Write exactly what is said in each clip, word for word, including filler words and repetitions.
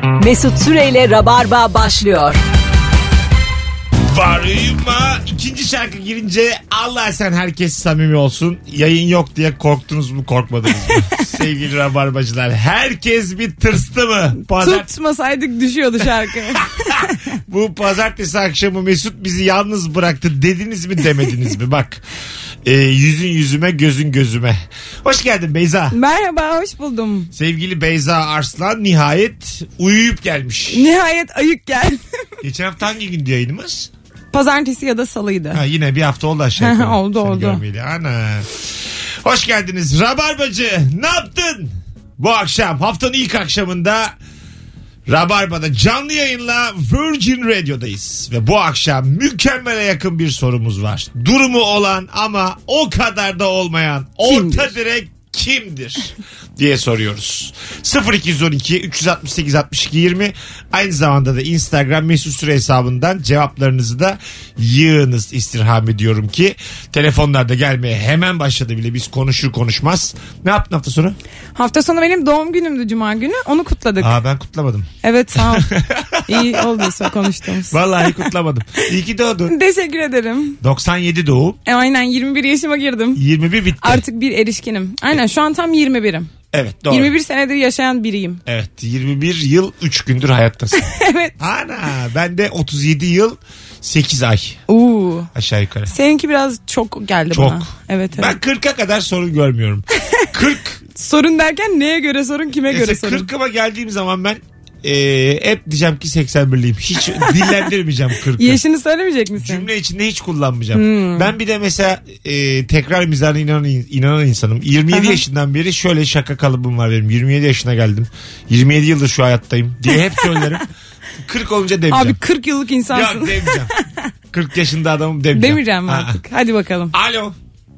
Mesut Süreyle Rabarba başlıyor. Varıyma ikinci şarkı girince Allah sen herkes samimi olsun. Yayın yok diye korktunuz mu korkmadınız mı? Sevgili Rabarbacılar, herkes bir tırstı mı? Pazar... Tutmasaydık düşüyordu şarkı. Bu pazartesi akşamı Mesut bizi yalnız bıraktı dediniz mi demediniz mi? Bak e, yüzün yüzüme gözün gözüme. Hoş geldin Beyza. Merhaba, hoş buldum. Sevgili Beyza Arslan nihayet uyuyup gelmiş. Nihayet ayık gel. Geçen hafta hangi gündü yayınımız? Pazartesi ya da salıydı. Ha, yine bir hafta oldu aşağı yukarı. oldu Seni oldu. Görmeyeli. Ana. Hoş geldiniz Rabarbacı. Ne yaptın? Bu akşam haftanın ilk akşamında Rabarba'da canlı yayınla Virgin Radio'dayız. Ve bu akşam mükemmele yakın bir sorumuz var. Durumu olan ama o kadar da olmayan Kimdir? orta direk kimdir diye soruyoruz. sıfır iki on iki üç altı sekiz altmış iki yirmi aynı zamanda da Instagram Mesut Süre hesabından cevaplarınızı da yığınız istirham ediyorum ki telefonlarda gelmeye hemen başladı bile, biz konuşur konuşmaz. Ne yaptın hafta sonu? Hafta sonu benim doğum günümdü cuma günü. Onu kutladık. Aa, ben kutlamadım. Evet, sağ ol. İyi olduysa konuştuğumuz. Vallahi kutlamadım. İyi ki doğdun. Teşekkür ederim. doksan yedi doğum. E, aynen yirmi bir yaşıma girdim. yirmi bir bitti. Artık bir erişkinim. Aynen, şu an tam yirmi birim. Evet, doğru. yirmi bir senedir yaşayan biriyim. Evet, yirmi bir yıl üç gündür hayattasın. Evet. Ana, ben de otuz yedi yıl sekiz ay. Oo. Aşağı yukarı. Seninki biraz çok geldi Çok. bana. Evet, evet. Ben kırka kadar sorun görmüyorum. kırk. Sorun derken neye göre sorun, kime göre sorun? kırkıma geldiğim zaman ben e, hep diyeceğim ki seksen birliyim. Hiç dillendirmeyeceğim kırkı. Yaşını söylemeyecek misin? Cümle içinde hiç kullanmayacağım. Hmm. Ben bir de mesela e, tekrar mizahına inanan, inanan insanım. yirmi yedi Aha. yaşından beri şöyle şaka kalıbım var benim. yirmi yedi yaşına geldim. yirmi yedi yıldır şu hayattayım diye hep söylerim. kırk olunca demeyeceğim. Abi kırk yıllık insansın. Yok, demeyeceğim. kırk yaşında adamım demeyeceğim. Demeyeceğim Ha. artık. Hadi bakalım. Alo.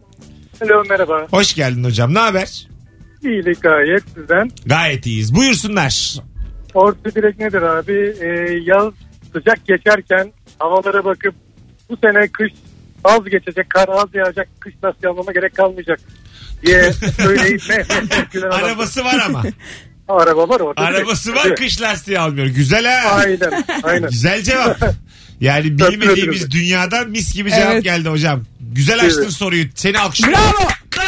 Alo, merhaba. Hoş geldin hocam. Ne haber? İyilik gayet sizden. Gayet iyiyiz. Buyursunlar. Orta direk nedir abi? Ee, yaz sıcak geçerken havalara bakıp bu sene kış az geçecek, kar az yağacak, kış lastiği almama gerek kalmayacak diye söyleyip ne? Arabası var ama. Araba var orada. Arabası var, kış lastiği almıyor. Güzel ha. Aynen, aynen. Güzel cevap. Yani bilmediğimiz dünyadan mis gibi cevap Evet. geldi hocam. Güzel açtın Evet. soruyu. Seni alkışlıyorum. Bravo.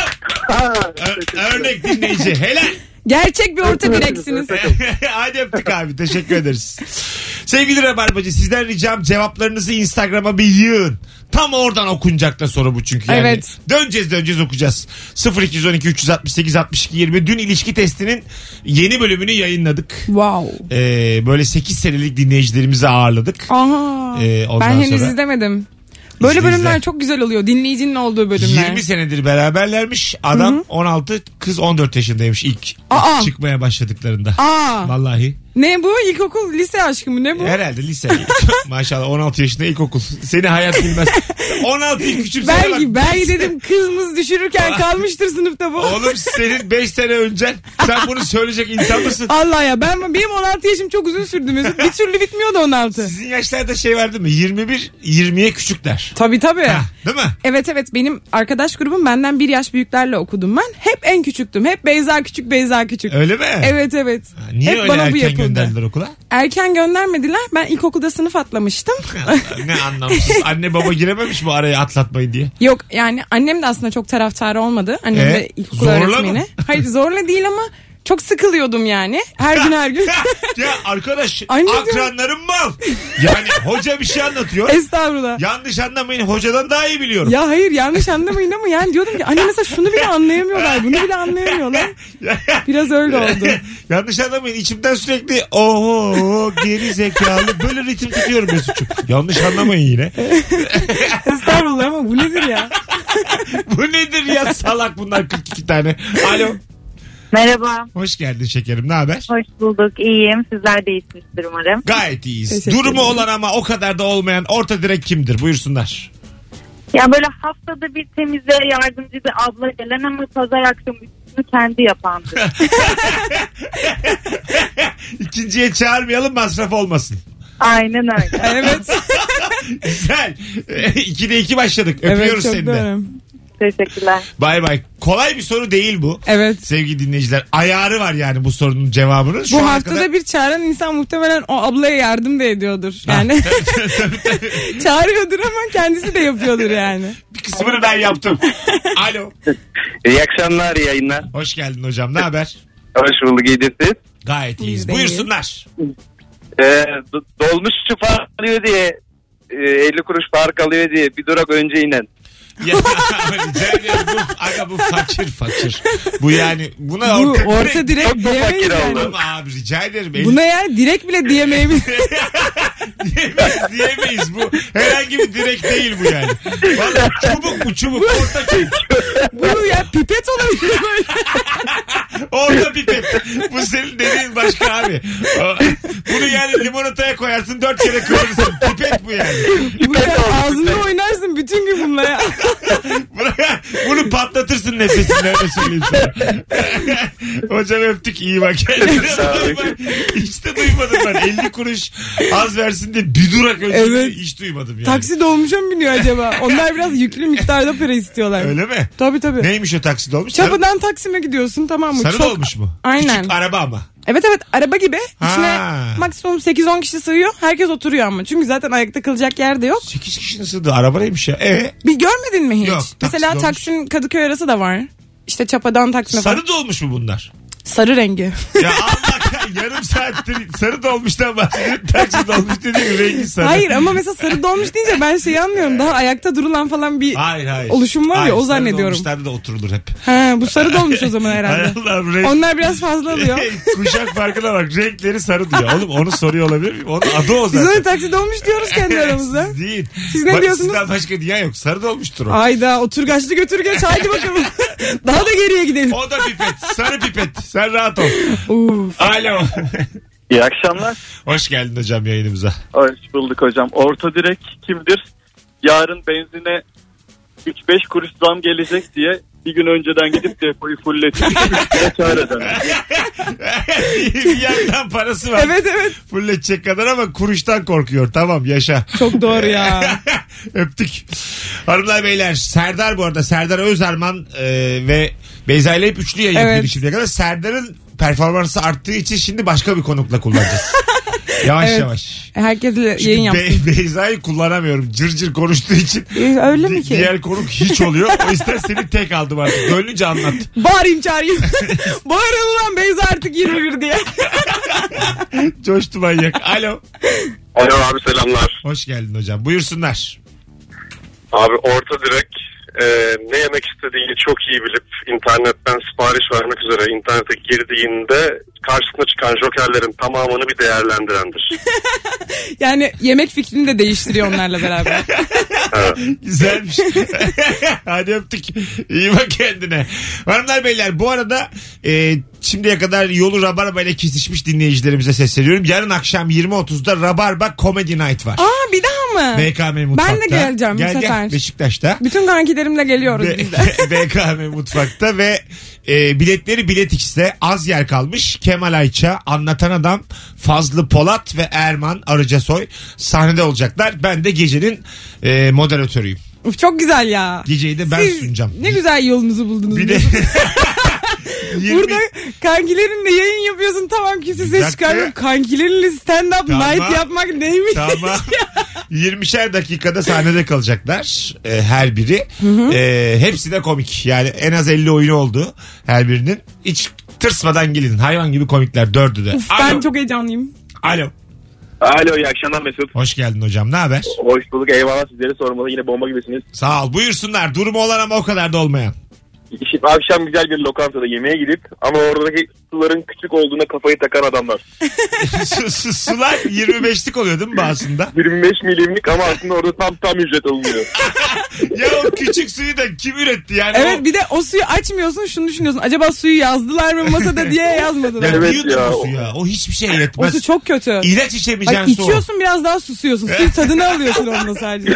Ö- örnek dinleyici. Helal. Gerçek bir orta direksiniz. Hadi öptük abi. Teşekkür ederiz. Sevgili Rabarbacı, sizden ricam cevaplarınızı Instagram'a bir yığın. Tam oradan okunacak da soru bu çünkü. Yani Evet. Döneceğiz döneceğiz okuyacağız. sıfır iki on iki üç altı sekiz altmış iki yirmi Dün ilişki testinin yeni bölümünü yayınladık. Wow. Ee, böyle sekiz senelik dinleyicilerimizi ağırladık. Aha. Ee, ondan ben henüz sonra- izlemedim. Böyle İzle, bölümler izle. çok güzel oluyor. Dinleyicinin olduğu bölümler. yirmi senedir beraberlermiş. Adam Hı-hı. on altı, kız on dört yaşındaymış ilk, ilk Aa. çıkmaya başladıklarında. Aa. Vallahi. Ne bu? İlkokul, lise aşkı mı? Ne bu? Herhalde lise. Maşallah on altı yaşında ilkokul. Seni hayat bilmez. on altıyı küçümsene bak. Belki, belki dedim kızımız düşürürken kalmıştır sınıfta bu. Oğlum senin beş sene önce sen bunu söyleyecek insan mısın? Allah ya, ben benim on altı yaşım çok uzun sürdü Mesut. Bir türlü bitmiyordu on altı. Sizin yaşlarda şey vardı mı? yirmi bir yirmiye küçükler. Tabii tabii. Ha, değil mi? Evet evet, benim arkadaş grubum benden bir yaş büyüklerle okudum ben. Hep en küçüktüm. Hep Beyza küçük, Beyza küçük. Öyle mi? Evet evet. Ha, niye Hep öyle bana bu erken yapıldı. gönderdiler okula? Erken göndermediler. Ben ilkokulda sınıf atlamıştım. ne anlamsız. Anne baba girememiş bu araya atlatmayın diye. Yok yani annem de aslında çok taraftarı olmadı. Annem Ee, de ilkokul zorla öğretmeni. mı? Hayır, zorla değil ama çok sıkılıyordum yani. Her gün her gün. Ya arkadaş, Anne diyorum. akranlarım mal. Yani hoca bir şey anlatıyor. Estağfurullah. Yanlış anlamayın, hocadan daha iyi biliyorum. Ya hayır, yanlış anlamayın ama yani diyordum ki anne mesela şunu bile anlayamıyorlar, bunu bile anlayamıyorlar. Biraz öyle oldu. Yanlış anlamayın, içimden sürekli oho geri zekalı böyle ritim tutuyorum Mesut'cum. Yanlış anlamayın yine. Estağfurullah ama bu nedir ya? Bu nedir ya, salak bunlar kırk iki tane. Alo. Merhaba. Hoş geldin şekerim, ne haber? Hoş bulduk. İyiyim. Sizler de iyisiniz umarım. Gayet iyiyiz. Teşekkür Durumu ederim. olan ama o kadar da olmayan orta direk kimdir? Buyursunlar. Ya böyle haftada bir temizliğe yardımcı bir abla gelen ama pazar akşamı üstünü kendi yapandır. İkinciye çağırmayalım, masraf olmasın. Aynen öyle. Evet. Güzel. ikide iki başladık. Evet, Öpüyoruz çok seni de. doğru. Teşekkürler. Bay bay. Kolay bir soru değil bu. Evet. Sevgili dinleyiciler. Ayarı var yani bu sorunun cevabının. Şu Bu ana haftada kadar... bir çağıran insan muhtemelen o ablaya yardım da ediyordur. Yani çağırıyordur ama kendisi de yapıyordur yani. Bir kısmını ben yaptım. Alo. İyi akşamlar, iyi yayınlar. Hoş geldin hocam. Ne haber? Hoş bulduk, iyidir siz. Gayet iyiyiz. Biz de Buyursunlar. Ee, dolmuşçu fark alıyor diye e, elli kuruş fark alıyor diye bir durak önce inen. Ya, rica ederim. Bu, aga bu fakir fakir. Bu yani buna Bu orta, orta direkt Çok da diyemeyiz fakir yani. oldu. Ama abi rica ederim. El- Buna yani direkt bile diyemeyebiliriz. diyemeyiz, diyemeyiz bu. Herhangi bir direk değil bu yani. Vallahi çubuk bu çubuk. Orta çubuk. Bu ya pipet olabilir böyle. Orta pipet. Bu senin dediğin başka abi. O- Bunu yani limonataya koyarsın dört kere kıvırırsın. Pipet bu yani. Bu ya, ağzında oynarsın bütün gün bununla ya. Bunu- Bunu patlatırsın nefesini öyle söyleyeyim sana. Hocam öptük iyi bak. Hiç de duymadım ben. elli kuruş az versin diye bir durak önce Evet. hiç duymadım yani. Taksi dolmuşa mı biniyor acaba? Onlar biraz yüklü miktarda para istiyorlar. Öyle mi? Tabii tabii. Neymiş o taksi dolmuş? Sarı, Çapıdan Taksim'e gidiyorsun tamam mı? sarı Çok... dolmuş mu? Aynen. Küçük araba ama. Evet evet araba gibi. İçine Ha. maksimum sekiz on kişi sığıyor. Herkes oturuyor ama. Çünkü zaten ayakta kalacak yer de yok. sekiz kişinin sığdığı araba neymiş ya? E Bir görmedin mi hiç? Yok, taksi Mesela dolmuş. Taksim Kadıköy arası da var. İşte Çapa'dan Taksim'e falan. sarı dolmuş mu bunlar? Sarı rengi. Ya Allah kah- yarım saattir sarı dolmuştan bahsediyorum. Taksi dolmuş dediğin rengi sarı. Hayır ama mesela sarı dolmuş deyince ben şeyi anlıyorum. Daha ayakta durulan falan bir Hayır hayır. oluşum var ya, Hayır, o sarı zannediyorum. dolmuşlarda da oturulur hep. Ha, bu sarı dolmuş o zaman herhalde. Hay Allah'ım, renk... Onlar biraz fazla alıyor. Kuşak farkına bak. Renkleri sarı diyor. Oğlum onu soruyor olabilir miyim? Onun adı o Biz zaten. öyle taksi dolmuş diyoruz kendi aramızda. Siz değil. Siz ne Bak, diyorsunuz? Sizden başka diyen yok. Sarı dolmuştur o. Ayda oturgaçlı götürgeç haydi bakalım. Daha da geriye gidelim. O da pipet. Sarı pipet. Sen rahat ol. Uf. Alo. İyi akşamlar. Hoş geldin hocam yayınımıza. Hoş bulduk hocam. Orta direk kimdir? Yarın benzine üç beş kuruş zam gelecek diye bir gün önceden gidip depoyu fulletip kâr eden. Bir yandan parası var. Evet evet. Fulledecek kadar ama kuruştan korkuyor. Tamam yaşa. Çok doğru ya. Öptük. Hanımlar beyler Serdar bu arada Serdar Özarman e, ve Beyza ile hep üçlü yayın Evet. yapıyordu şimdiye kadar. Serdar'ın performansı arttığı için şimdi başka bir konukla kullanacağız. Yavaş Evet. yavaş. Herkesle Çünkü yayın yapsın. Be- Beyza'yı kullanamıyorum. Cır cır konuştuğu için. Ee, Öyle mi Di- ki? Diğer konuk hiç oluyor. O yüzden seni tek aldım artık. Gönlünce anlat. Bağırayım çağırayım. Bağırın ulan Beyza artık yirmi bir diye. Coştu manyak. Alo. Alo abi selamlar. Hoş geldin hocam. Buyursunlar. Abi orta direk e, ne yemek istediğini çok iyi bilip internetten sipariş vermek üzere internete girdiğinde karşısına çıkan jokerlerin tamamını bir değerlendirendir. Yani yemek fikrini de değiştiriyor onlarla beraber. Güzelmiş. Hadi öptük. İyi bak kendine. Hanımlar beyler bu arada e, şimdiye kadar yolu Rabarba ile kesişmiş dinleyicilerimize sesleniyorum. Yarın akşam yirmi otuzda Rabarba Comedy Night var. Aa bir daha mı? B K M Mutfak'ta. Ben de geleceğim bu gel, sefer. Gel Beşiktaş'ta. Bütün kankilerimle geliyoruz B- biz de. B K M Mutfak'ta ve e, biletleri Bilet X'te az yer kalmış. Kemal Ayça, Anlatan Adam, Fazlı Polat ve Erman Arıcasoy sahnede olacaklar. Ben de gecenin e, moderatörüyüm. Uf, çok güzel ya. Geceyi de ben Siz sunacağım. ne güzel yolunuzu buldunuz. Bir de yirmi Burada kankilerinle yayın yapıyorsun tamam kimse Bir ses dakika. çıkarmıyor. Kankilerinle stand up Tamam. night yapmak neymiş? Tamam. yirmişer dakikada sahnede kalacaklar e, her biri. E, hepsi de komik. Yani en az elli oyunu oldu her birinin. Hiç tırsmadan gelin. Hayvan gibi komikler dördü de. Uf, Alo. ben çok heyecanlıyım. Alo. Alo, iyi akşamlar Mesut. Hoş geldin hocam. Ne haber? Hoş bulduk, eyvallah, sizleri sormalı, yine bomba gibisiniz. Sağ ol. Buyursunlar. Durumu olan ama o kadar da olmayan. Şimdi akşam güzel bir lokantada yemeğe gidip ama oradaki suların küçük olduğuna kafayı takan adamlar. Su- su- Sular yirmi beşlik oluyor değil mi bazısında? yirmi beş milimlik ama aslında orada tam tam ücret alınıyor. Ya o küçük suyu da kim üretti yani? Evet o... bir de o suyu açmıyorsun şunu düşünüyorsun. Acaba suyu yazdılar mı masada diye yazmadılar. Ya Evet bir yudum ya. o su ya. O hiçbir şey O yetmez. su çok kötü. İlaç içemeyeceğin Bak su o. içiyorsun biraz daha susuyorsun. Suyu tadını alıyorsun onunla sadece.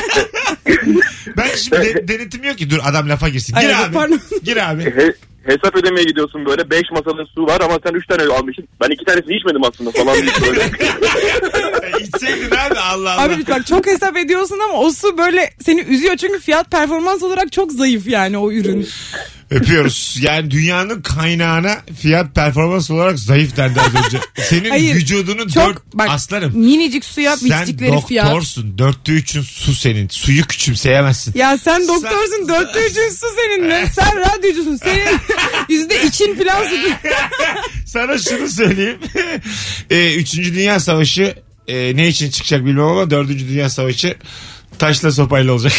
Ben şimdi de, denetim yok ki. Dur adam lafa girsin. Gir Ay, abi. pardon. Gir abi. He, hesap ödemeye gidiyorsun böyle, beş masalın su var ama sen üç tane almışsın. Ben iki tanesini içmedim aslında falan diye böyle. E, İçseydin içseydin abi Allah Allah. Abi bak çok hesap ediyorsun ama o su böyle seni üzüyor çünkü fiyat performans olarak çok zayıf yani o ürün. Öpüyoruz. Yani dünyanın kaynağına fiyat performans olarak zayıf dendi az önce. Senin Hayır, vücudunun çok, dört bak, aslanım. Minicik suya Sen biçtikleri fiyat. doktorsun. Dörtte üçün su senin. Suyu küçümseyemezsin. Ya sen doktorsun, dörtte üçün su seninle. Sen radyocusun. Senin yüzde için falan su. Sana şunu söyleyeyim. e, Üçüncü Dünya Savaşı e, ne için çıkacak bilmem ama Dördüncü Dünya Savaşı taşla sopayla olacak.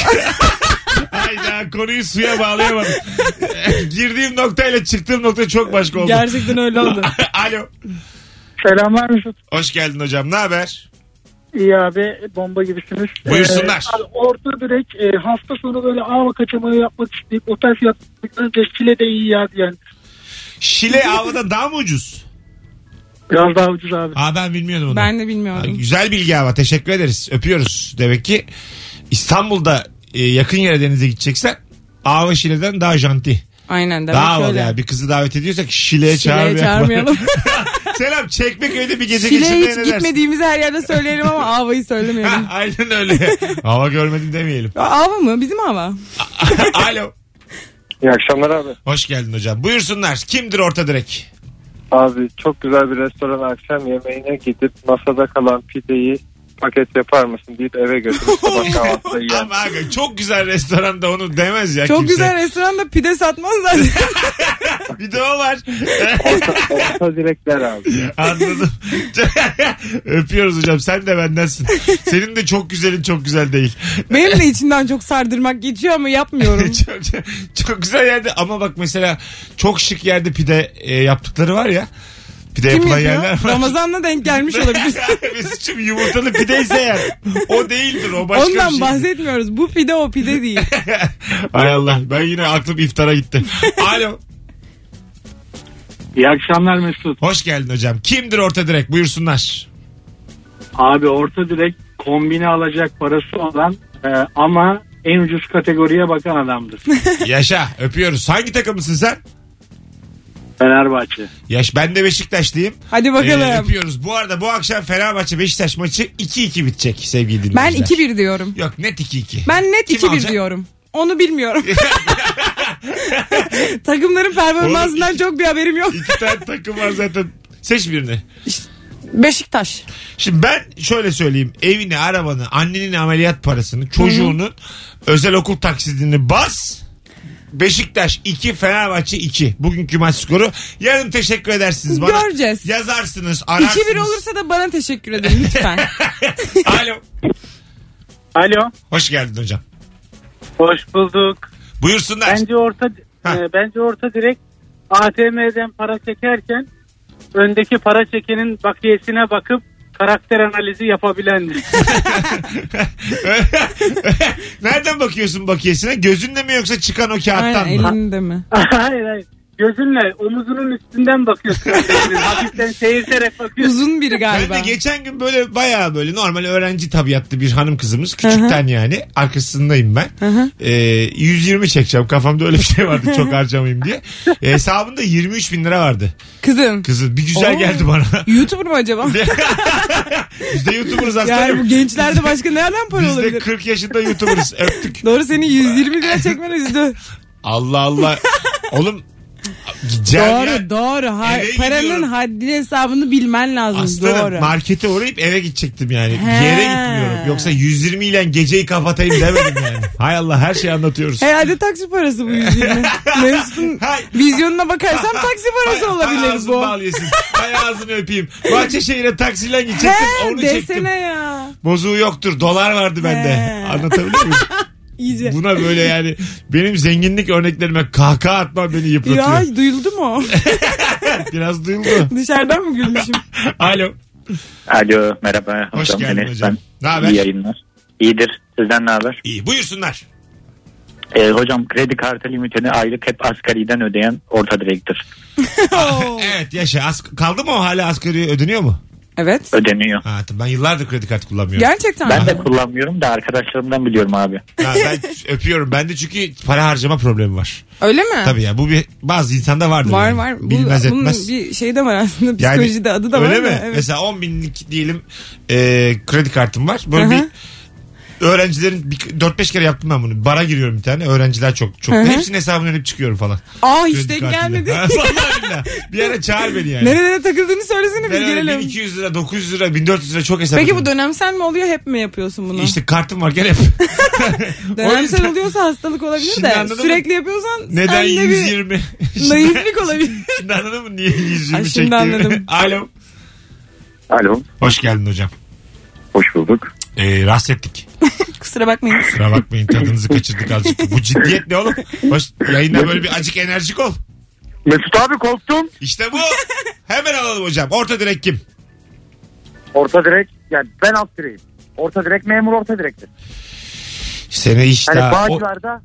Hayda, konuyu suya bağlayamadım. Girdiğim noktayla çıktığım nokta çok başka oldu. Gerçekten öyle oldu. Alo. Selamlar Mesut. Hoş geldin hocam. Ne haber? İyi abi, bomba gibisiniz. Buyursunlar. Ee, abi orta direkt e, hafta sonu böyle av kaçamayı yapmak isteyip otel fiyatlarından Çile de iyi ya diyen. Şile avada daha mı ucuz? Biraz daha ucuz abi. Aa, ben bilmiyordum onu. Ben de bilmiyordum. Aa, güzel bilgi ama teşekkür ederiz. Öpüyoruz. Demek ki İstanbul'da e, yakın yere denize gideceksen Ava Şile'den daha janti. Aynen demek Daha havalı öyle. ya. Bir kızı davet ediyorsak Şile'ye, Şile'ye çağırmayalım. çağırmayalım. Selam, Çekmeköy'de bir gece Şile'ye geçirmeye hiç ne dersin? gitmediğimizi her yerde söyleyelim ama Ava'yı söylemeyelim. Ha, aynen öyle. Hava görmedim demeyelim. Ava mı? Bizim Ava. Alo. İyi akşamlar abi. Hoş geldin hocam. Buyursunlar. Kimdir orta direk? Abi çok güzel bir restoran akşam yemeğine gidip masada kalan pideyi paket yapar mısın deyip eve götürüp sabah kahvaltıda yiyen. Ama aga, çok güzel restoranda onu demez ya Çok kimse. güzel restoranda pide satmaz zaten. Bir de o var. Orta, orta direkler abi. Anladım. Öpüyoruz hocam. Sen de bendensin. Senin de çok güzelin çok güzel değil. Benim de içinden çok sardırmak geçiyor ama yapmıyorum. çok, çok güzel yerde ama bak mesela çok şık yerde pide e, yaptıkları var ya. Pide Kim yapılan yapıyor? yerler var. Ramazan'la denk gelmiş olabilir. Mesut'cum yumurtalı pideyse yani. O değildir, o başka Ondan bir şey. bahsetmiyoruz. Bu pide o pide değil. Hay Allah, ben yine aklım iftara gitti. Alo. İyi akşamlar Mesut. Hoş geldin hocam. Kimdir orta direk? Buyursunlar. Abi orta direkt kombine alacak parası olan e, ama en ucuz kategoriye bakan adamdır. Yaşa, öpüyoruz. Hangi takımlısın sen? Fenerbahçe. Yaş, ben de Beşiktaşlıyım. Hadi bakalım. Ee, öpüyoruz. Bu arada bu akşam Fenerbahçe Beşiktaş maçı iki iki bitecek sevgili Ben dinleyiciler. iki bir diyorum. Yok, net iki iki. Ben net Kim iki bir alacak? diyorum. Onu bilmiyorum. Takımların performansından Oğlum, iki- çok bir haberim yok. İki tane takım var zaten. Seç birini. Beşiktaş. Şimdi ben şöyle söyleyeyim. Evini, arabanı, annenin ameliyat parasını, çocuğunun özel okul taksidini bas. Beşiktaş iki, Fenerbahçe iki. Bugünkü maç skoru. Yarın teşekkür edersiniz bana. Göreceğiz. Yazarsınız, ararsınız. iki bir olursa da bana teşekkür edin lütfen. Alo. Alo. Hoş geldin hocam. Hoş bulduk. Buyursunlar. Bence orta Ha. e, bence orta direkt A T M'den para çekerken öndeki para çekenin bakiyesine bakıp karakter analizi yapabilendir. Nereden bakıyorsun bakiyesine? Gözünle mi yoksa çıkan o kağıttan Aynen mı? elinde mi? hayır hayır. Gözünle omuzunun üstünden bakıyorsun. Hafiften seyirterek bakıyorsun. Uzun biri Ben galiba. de geçen gün böyle bayağı böyle normal öğrenci tabiatlı bir hanım kızımız. Küçükten yani. Arkasındayım ben. Ee, yüz yirmi çekeceğim. Kafamda öyle bir şey vardı çok harcamayayım diye. Ee, hesabında yirmi üç bin lira vardı. Kızım. Kızı bir güzel Oo. geldi bana. YouTuber mu acaba? Biz de YouTuber'ız aslında. Yani bu gençlerde başka nereden para Biz de olabilir? kırk yaşında YouTuber'ız. Öptük. Doğru, seni yüz yirmi lira çekmen üzdü. Allah Allah. Oğlum gideceğim Doğru ya. doğru. Ha- Eve paranın gidiyorum. haddi hesabını bilmen lazım. Aslanım Doğru. markete uğrayıp eve gidecektim yani. He. Yere gitmiyorum. Yoksa yüz yirmi ile geceyi kapatayım demedim yani. Hay Allah, her şeyi anlatıyoruz. Herhalde taksi parası bu yüz yirmi. Mesut'un Hay. vizyonuna bakarsam taksi parası Hay- hay olabilir ağzını bu. bağlıyorsun. Hay ağzını öpeyim. Bahçeşehir'e taksiyle gidecektim. He, Onu çektim. desene ya. Bozuğu yoktur. Dolar vardı bende. He. Anlatabiliyor muyum? İyice. Buna böyle yani benim zenginlik örneklerime kahkaha atmam beni yıpratıyor. Ya duyuldu mu? Biraz duyuldu. Dışarıdan mı gülmüşüm? Alo. Alo, merhaba. Hoş hocam, geldin Enes hocam. ben. Ne haber? İyi yayınlar. İyidir. Sizden ne haber? İyi. Buyursunlar. Ee, hocam kredi kartı limitini aylık hep asgariden ödeyen orta direktir. Oo. Evet yaşa. As- kaldı mı o hala asgari ödeniyor mu? Evet. ödeniyor. Ha, ben yıllardır kredi kartı kullanmıyorum. Gerçekten. Ben de kullanmıyorum da arkadaşlarımdan biliyorum abi. Ha, ben öpüyorum. Bende çünkü para harcama problemi var. Öyle mi? Tabii ya, bu bir bazı insanda vardır. Var yani. var. Bu, Bilmez bunun etmez. bir şey de var aslında. Yani, Psikolojide adı da var. öyle mi? Da, evet. Mesela on binlik diyelim e, kredi kartım var. Böyle Hı-hı. bir öğrencilerin bir, dört beş kere yaptım ben bunu. Bara giriyorum bir tane. Öğrenciler çok çok. Hı-hı. Hepsinin hesabını ödeyip çıkıyorum falan. Aa hiç Kredi denk kartıyla. gelmedi. Ha, vallahi billahi. Bir ara çağır beni yani. Nerelere takıldığını söylesene biz Ben öyle gelelim. bin iki yüz lira, dokuz yüz lira, bin dört yüz lira çok hesap Peki bu ödedim. dönemsel mi oluyor, hep mi yapıyorsun bunu? İşte kartım varken hep. Dönemsel yüzden- oluyorsa hastalık olabilir Şimdi de anladın sürekli yapıyorsan Neden sende yüz yirmi? bir naiflik olabilir. Şimdi anladın mı niye yüz Ay, yirmi şimdi çektiğimi? anladım. Alo. Alo. Hoş geldin hocam. Hoş bulduk. Ee, rahatsız ettik. Kusura bakmayın. Kusura bakmayın, tadınızı kaçırdık azıcık. Bu ciddiyet ne oğlum? Hoş, yayında böyle bir acık enerjik ol. Mesut abi korktum. İşte bu. Hemen alalım hocam. Orta direk kim? Orta direk yani ben alt direğim. Orta direk memur orta direktir. Seni hiç Hani daha... o- Bağcılar'da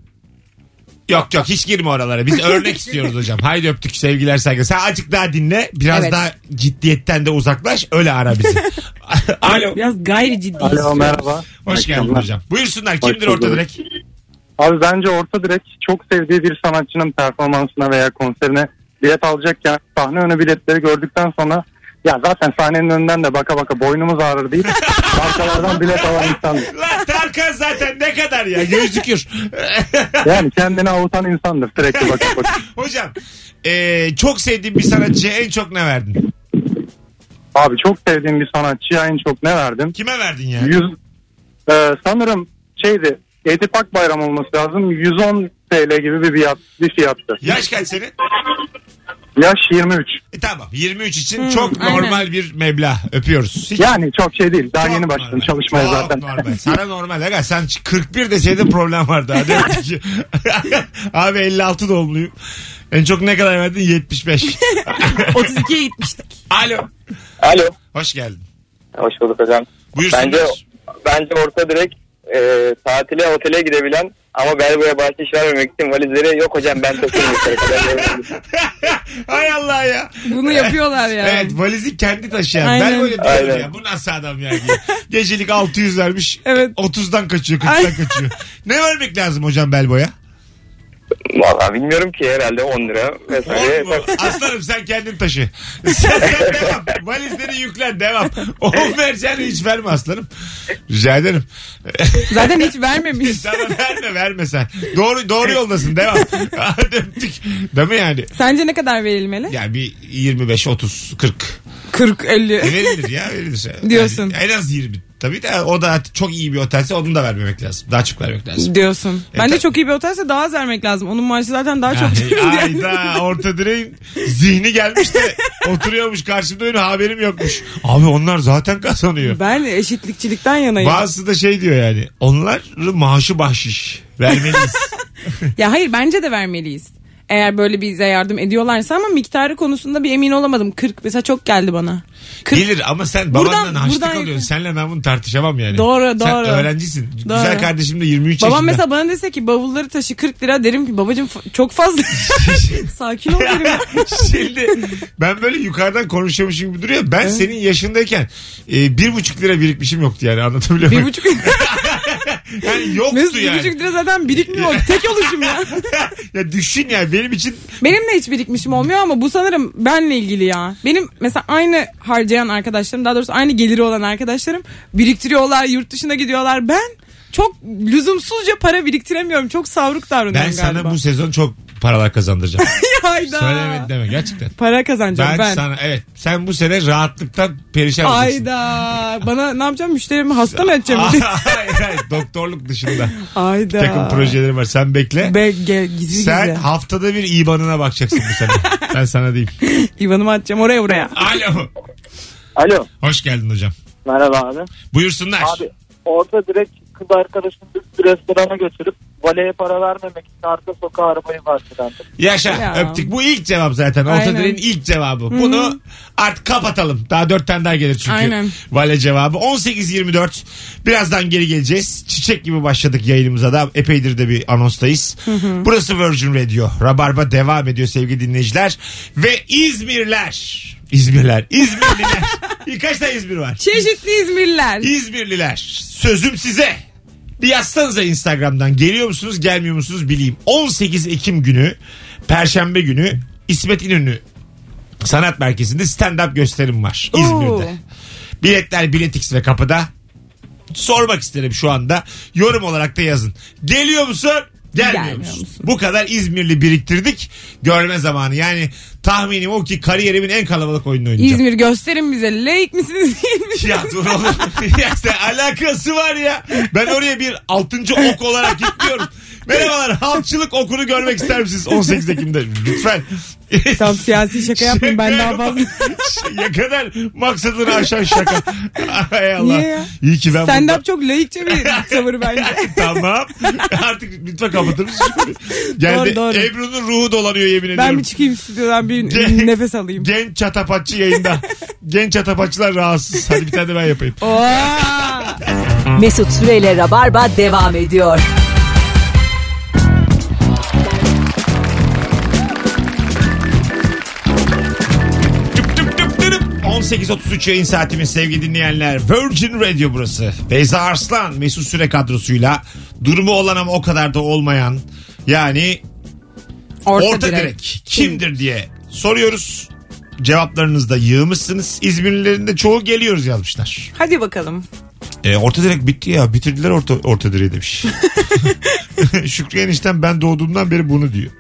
Yok yok, hiç girme oralara. Biz örnek istiyoruz hocam. Haydi öptük, sevgiler saygılar. Sen azıcık daha dinle. Biraz Evet. daha ciddiyetten de uzaklaş. Öyle ara bizi. Alo. Biraz gayri ciddi. Alo merhaba. Hoş geldin Akşamlar. hocam. Buyursunlar. Hoş Kimdir orta bulduk. direk? Abi bence orta direk çok sevdiği bir sanatçının performansına veya konserine bilet alacakken sahne önü biletleri gördükten sonra ya zaten sahnenin önünden de baka baka boynumuz ağrır deyip arkalardan bilet alan insandır. Lan Tarkan zaten ne kadar ya, gözükür. Yani kendini avutan insandır sürekli bakıp bakıp. Hocam eee, çok sevdiğin bir sanatçıya en çok ne verdin? Abi çok sevdiğim bir sanatçıya en çok ne verdim? Kime verdin yani? Yüz, e, sanırım şeydi Edip Akbayram olması lazım. yüz on TL gibi bir fiyat, bir fiyattı. Yaş kaç senin? Yaş yirmi üç. E, tamam, yirmi üç için Hmm, çok aynen. normal bir meblağ. Öpüyoruz. Hiç Yani çok şey değil. Daha çok yeni başladım normal. çalışmaya Çok zaten. normal. Sana normal. Aga, sen kırk bir deseydin problem vardı. Hadi öptük. Abi elli altı doğumluyum. En çok ne kadar verdin? yetmiş beş. otuz ikiye gitmiştik. Alo. Alo. Hoş geldin. Hoş bulduk hocam. Buyursunlar. Bence bence orta direkt e, tatile otele gidebilen ama Belbo'ya bahşiş vermemek için valizleri yok hocam ben taşıyayım yukarı kadar. Hay Allah ya. Bunu yapıyorlar ya. Evet, valizi kendi taşıyan. Aynen. Ben böyle diyorum Aynen. ya. Bu nasıl adam ya diye. Gecelik altı yüz vermiş. Evet. otuzdan kaçıyor, kırktan Ay. kaçıyor. Ne vermek lazım hocam Belbo'ya? Valla bilmiyorum ki herhalde on lira vesaire. On mu? Aslanım sen kendin taşı. Sen, sen devam. Valizleri yüklen, devam. On vereceğini hiç verme aslanım. Rica ederim. Zaten hiç vermemiş. Sana verme verme sen. Doğru doğru yoldasın, devam. Hadi öptük. Değil mi yani? Sence ne kadar verilmeli? Yani bir yirmi beş otuz kırk. kırk elli. E verilir ya, verilir. Diyorsun. Yani en az yirmi. Tabii de o da çok iyi bir otelse onu da vermemek lazım. Daha çok vermek lazım. Diyorsun. E, Bence ta- çok iyi bir otelse daha az vermek lazım. Onun maaşı zaten daha çok. Ay, ayda orta direğin zihni gelmiş de oturuyormuş karşımda, öyle haberim yokmuş. Abi onlar zaten kazanıyor. Ben eşitlikçilikten yanayım. Bazısı da şey diyor yani, onların maaşı bahşiş vermeliyiz. Ya hayır, bence de vermeliyiz. Eğer böyle bize yardım ediyorlarsa, ama miktarı konusunda bir emin olamadım. kırk mesela çok geldi bana. kırk. Gelir ama sen Buradan- babandan harçlık buradan- alıyorsun. Senle ben bunu tartışamam yani. Doğru, Sen doğru. öğrencisin. Doğru. Güzel kardeşim de yirmi üç Babam yaşında. mesela bana dese ki bavulları taşı kırk lira, derim ki babacığım fa- çok fazla. Sakin ol derim ya. Şimdi ben böyle yukarıdan konuşuyormuşum gibi duruyor. Ben senin yaşındayken e, bir buçuk lira birikmişim yoktu yani, anlatabiliyor Bir muyum? buçuk Yani yoktu Mesut bir yani. buçuk lira zaten birikmiyor. Tek oluşum ya. Ya düşün yani, benim için Benim de hiç birikmişim olmuyor ama bu sanırım benle ilgili ya. Benim mesela aynı harcayan arkadaşlarım, daha doğrusu aynı geliri olan arkadaşlarım biriktiriyorlar, yurt dışına gidiyorlar. Ben çok lüzumsuzca para biriktiremiyorum. Çok savruk davranıyorum ben galiba. sana bu sezon çok paralar kazandıracağım. Hayda. Söylemedim deme gerçekten. Para kazanacağım Ben, ben. sana evet, sen bu sene rahatlıktan perişan olacaksın. Ayda. Bana ne yapacağım? Müşterimi hasta mı edeceğim? hayır hayır, doktorluk dışında Ayda. bir takım projelerim var, sen bekle. Be, gel, gizli Sen gizli. haftada bir İBAN'ına bakacaksın bu sene. Ben sana diyeyim. İvan'ımı atacağım oraya buraya. Alo. Alo. Hoş geldin hocam. Merhaba abi. Buyursunlar. Abi orada direkt kız arkadaşını bir restorana götürüp valeye para vermemek için arka sokağa arabayı parçalandı. Yaşa, Ya. öptük. Bu ilk cevap zaten. Orta Aynen. direğin ilk cevabı. Bunu artık kapatalım. Daha dört tane daha gelir çünkü. Aynen. Vale cevabı. on sekiz yirmi dört. Birazdan geri geleceğiz. Çiçek gibi başladık yayınımıza da. Epeydir de bir anonstayız. Burası Virgin Radio. Rabarba devam ediyor sevgili dinleyiciler. Ve İzmirler. İzmirler. İzmirliler. Birkaç tane İzmir var. Çeşitli İzmirliler. İzmirliler. Sözüm size. Bir yazsanıza Instagram'dan. Geliyor musunuz gelmiyor musunuz bileyim. on sekiz Ekim günü Perşembe günü İsmet İnönü Sanat Merkezi'nde stand-up gösterim var İzmir'de. Oo. Biletler Biletix ve kapıda. Sormak isterim şu anda. Yorum olarak da yazın. Geliyor musun? Gelmiyor, Gelmiyor musun? musun? Bu kadar İzmirli biriktirdik. Görme zamanı. Yani tahminim o ki kariyerimin en kalabalık oyununu oynayacağım. İzmir gösterin bize. Laik misiniz değil misiniz? Ya dur oğlum. Ya işte alakası var ya. Ben oraya bir altıncı ok olarak gitmiyorum. Merhabalar, halkçılık okunu görmek ister misiniz on sekiz Ekim'de? Lütfen. Tam siyasi şaka yapmayın, ben daha fazla. Ya kadar maksadını aşan şaka. Hay Allah. Niye ya? İyi ki ben Stand-up burada... çok layıkça bir tavır bence. Tamam. Artık lütfen kapatır mısın? Geldi. Doğru, doğru. Ebru'nun ruhu dolanıyor yemin ediyorum. Ben bir çıkayım stüdyodan bir Gen, nefes alayım. Genç çatapatçı yayında. Genç çatapatçılar rahatsız. Hadi bir tane de ben yapayım. Mesut Süreyle Rabarba devam ediyor. on sekiz otuz üç yayın saatimiz sevgili dinleyenler. Virgin Radio burası. Beyza Arslan Mesut Süre kadrosuyla durumu olan ama o kadar da olmayan, yani orta, orta direk. direk kimdir diye soruyoruz. Cevaplarınızda yığmışsınız. İzmirlilerin de çoğu geliyoruz yazmışlar. Hadi bakalım. E, orta direk bitti ya. Bitirdiler orta, orta direği demiş. Şükrü enişten ben doğduğumdan beri bunu diyor.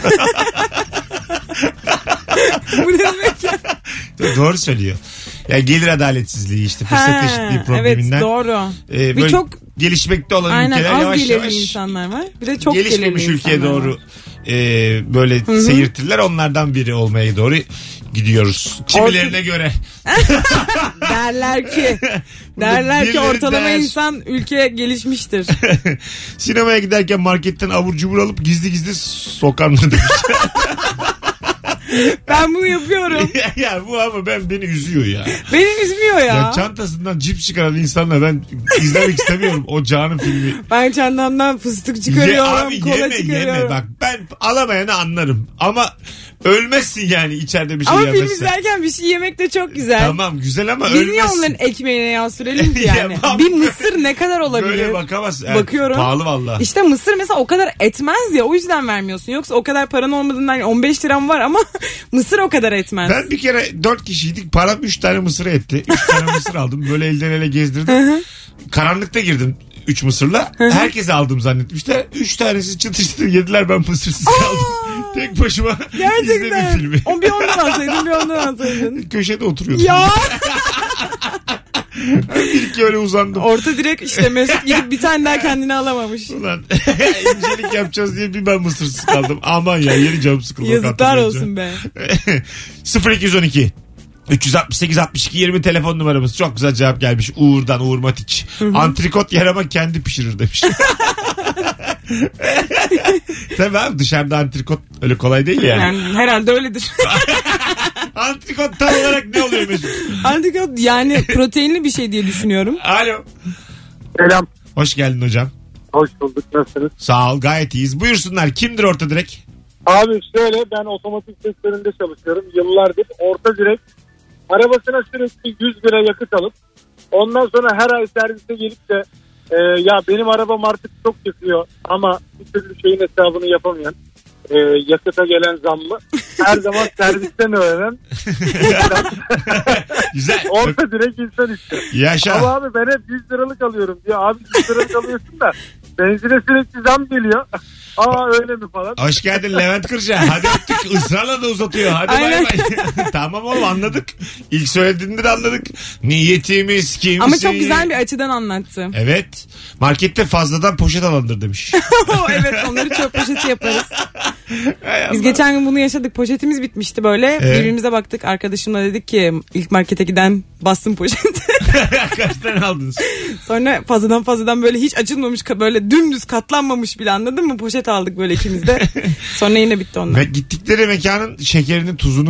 Bu ne demek ya? Doğru söylüyor. Ya gelir adaletsizliği işte, fırsat ha, eşitliği probleminden. Evet, doğru. E, bir çok gelişmekte olan aynen, ülkeler az yavaş yavaş insanlar var. Bir de çok gelişmemiş ülkeye doğru e, böyle Hı-hı. seyirtirler. Onlardan biri olmaya doğru gidiyoruz. Kimilerine Orta... göre. derler ki derler ki ortalama der. insan ülke gelişmiştir. Sinemaya giderken marketten abur cubur alıp gizli gizli sokanlar demiş. Ben bunu yapıyorum. ya, ya bu ama ben beni üzüyor ya. Beni üzmüyor ya. ya çantasından cips çıkaran insanla ben izlemek istemiyorum o canın filmi. Ben çantamdan fıstık çıkarıyorum, Ye, abi, kola yeme, çıkarıyorum. Yeme bak, ben alamayanı anlarım ama ölmezsin yani içeride bir şey ama yemezsen. Ama film izlerken bir şey yemek de çok güzel. Tamam güzel ama Biz ölmezsin. Biz niye onların ekmeğine yağ sürelim ki yani? ya, bir mısır ne kadar olabilir? Böyle bakamazsın. Evet, bakıyorum. Pahalı valla. İşte mısır mesela o kadar etmez ya, o yüzden vermiyorsun. Yoksa o kadar paran olmadığından on beş liram var ama mısır o kadar etmez. Ben bir kere dört kişiydik, param üç tane mısır etti. üç tane mısır aldım, böyle elden ele gezdirdim. Karanlıkta girdim üç mısırla. Herkese aldım zannetmişler. üç tanesi çıtır çıtır yediler, ben mısırsız kaldım. Tek başıma izledim filmi. O bir ondan alsaydın, bir ondan alsaydın. Köşede oturuyordum. Ya. Bir iki öyle uzandım. Orta direkt işte Mesut gidip bir tane daha kendine alamamış. Ulan incelik yapacağız diye bir ben mısırsız kaldım. Aman ya, yeni canım sıkıldı. Yazıklar olsun be. sıfır iki on iki üç altı sekiz altmış iki yirmi telefon numaramız. Çok güzel cevap gelmiş. Uğur'dan, Uğur Matiç. Hı-hı. Antrikot yer ama kendi pişirir demiş. Tabii abi, dışarıda antrikot öyle kolay değil yani. Yani herhalde öyledir. Antrikot tam olarak ne oluyor Mesut? Antrikot yani proteinli bir şey diye düşünüyorum. Alo. Selam. Hoş geldin hocam. Hoş bulduk, nasılsınız? Sağ ol, gayet iyiyiz. Buyursunlar, kimdir orta direk? Abi şöyle, ben otomotiv sektöründe çalışıyorum yıllardır. Orta direk arabasına sürekli yüz lira yakıt alıp ondan sonra her ay servise gelip de e, ya benim arabam artık çok yakıyor ama bir türlü şeyin hesabını yapamayan, e, yakıta gelen zammı her zaman servisten öğrenen güzel. Orta direk insan işte. Yaşa. Ama abi ben hep yüz liralık alıyorum diyor. Abi yüz liralık alıyorsun da benzine sürekli zam geliyor. Aa öyle mi falan. Hoş geldin Levent Kırca. Hadi öptük. Israrla da uzatıyor. Hadi bay bay. Tamam oğlum, anladık. İlk söylediğinde de anladık. Niyetimiz kimsin? Ama çok güzel bir açıdan anlattı. Evet. Markette fazladan poşet alandır demiş. Evet, onları çöp poşeti yaparız. Biz geçen gün bunu yaşadık. Poşetimiz bitmişti böyle. Evet. Birbirimize baktık. Arkadaşımla dedik ki ilk markete giden bastım poşeti. Kaç tane aldınız? Sonra fazladan fazladan böyle hiç açılmamış, böyle dümdüz katlanmamış bile, anladın mı? Poşet aldık böyle ikimiz de. Sonra yine bitti onlar. Ve gittikleri mekanın şekerini, tuzunu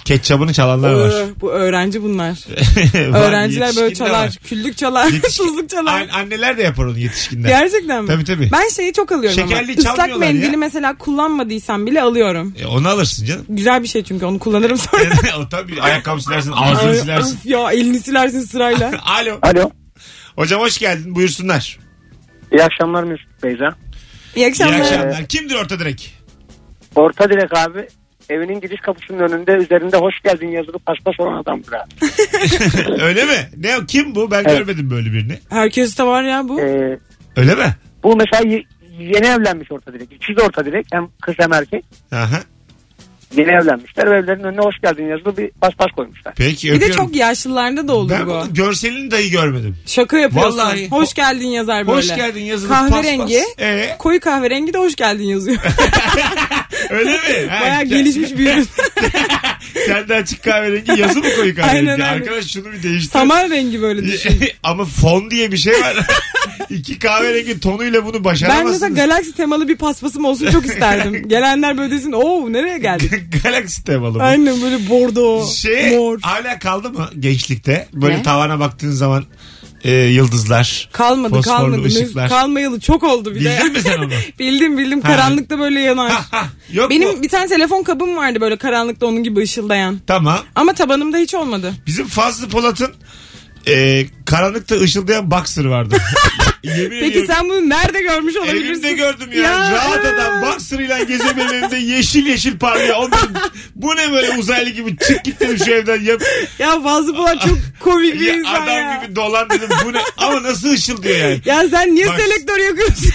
ketçabını çalanlar var. Ee, bu öğrenci bunlar. Var, Öğrenciler böyle yetişkin de çalar. var. Küllük çalar. Yetişkin- Tuzluk çalar. An- anneler de yapar onu yetişkinler. Gerçekten mi? Tabii tabii. Ben şeyi çok alıyorum Şekerli ama. Islak çalmıyorlar mendili ya. mesela kullanmadıysam bile alıyorum. E, onu alırsın canım. Güzel bir şey çünkü onu kullanırım sonra. O tabii ayakkabı silersin, ağzını Ay, silersin. of ya elini silersin sırayla. Alo. Alo. Hocam hoş geldin. Buyursunlar. İyi akşamlar Mesut Beyza. İyi akşamlar. İyi akşamlar. Kimdir orta direk? Orta direk abi. Evinin giriş kapısının önünde üzerinde hoş geldin yazılı paspas olan adamdır abi. Öyle mi? Ne o? Kim bu? Ben Evet. görmedim böyle birini. Herkes de var ya bu. Ee, Öyle mi? bu mesela ye- yeni evlenmiş orta direk. İkiz orta direk. Hem kız hem erkek. Aha. Yeni evlenmişler ve evlerinin önüne hoş geldin yazılı bir paspas koymuşlar. Peki Bir de öpüyorum. çok yaşlılarda da olur Ben bu. bunun görselini dahi görmedim. Şaka yapıyorsun. Vallahi. Hoş geldin yazar böyle. Hoş geldin yazılı Kahverengi. paspas. Ee? Koyu kahverengi de hoş geldin yazıyor. Öyle mi? Ha, Bayağı ke- gelişmiş bir ürün. Kendi açık kahverengi yazı mı koyu kahverengi? Aynen öyle. Arkadaş şunu bir değiştir. Samar rengi böyle düşün. Ama fon diye bir şey var. İki kahverengi tonuyla bunu Ben başaramazsınız. mesela galaksi temalı bir paspasım olsun çok isterdim. Gelenler böyle desin ooo nereye geldik? Galaxy temalı bu. Aynen böyle bordo, Şey mor. hala kaldı mı gençlikte? Böyle Ne? tavana baktığın zaman e, yıldızlar. Kalmadı fosforlu kalmadı. ışıklar. Kalmayalı çok oldu bir de. Bildin mi sen onu? bildim bildim Ha. karanlıkta böyle yanar. Ha, ha. Yok Benim mu? bir tane telefon kabım vardı böyle karanlıkta onun gibi ışıldayan. Tamam. Ama tabanımda hiç olmadı. Bizim Fazlı Polat'ın e, karanlıkta ışıldayan boxer vardı. Yemin Peki ediyorum. sen bunu nerede görmüş olabilirsin? Evimde gördüm ya. Ya, Rahat ee. adam boxer'ıyla geziyor benim evimde yeşil yeşil parlıyor. Ondan, bu ne böyle uzaylı gibi çık git dedim şu evden. Ya, Ya Fazlı Polat çok komik bir ya insan adam ya. gibi dolan dedim bu ne. Ama nasıl ışıldıyor yani. Ya sen niye Bak- selektör yakıyorsun?